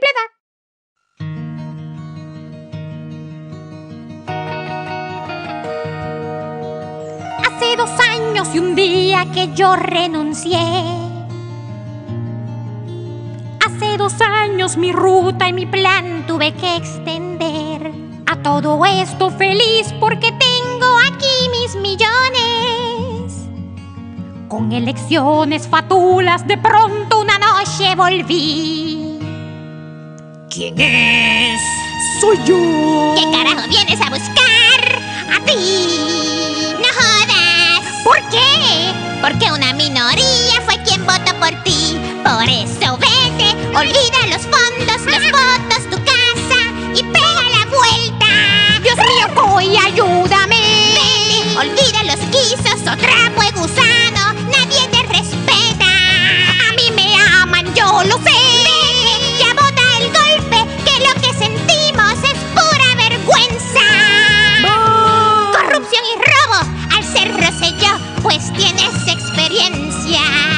triple edad. Hace 2 años y un día que yo renuncié. Hace 2 años mi ruta y mi plan tuve que extender. A todo esto feliz porque tengo aquí mis millones. Con elecciones fatulas de pronto una noche volví. ¿Quién es? Soy yo. ¿Qué carajo vienes a buscar? A ti. No jodas. ¿Por qué? Porque una minoría fue quien votó por ti. Por eso vete, olvida los fondos, los votos, tu casa y pega la vuelta. Dios mío, Coy, ayúdame. Vete, olvida los guisos o trapo de gusano. Nadie te respeta. A mí me aman, yo lo sé. Vete, ya bota el golpe, que lo que sentimos es pura vergüenza. Corrupción y robo, al ser Rosselló, pues tienes experiencia.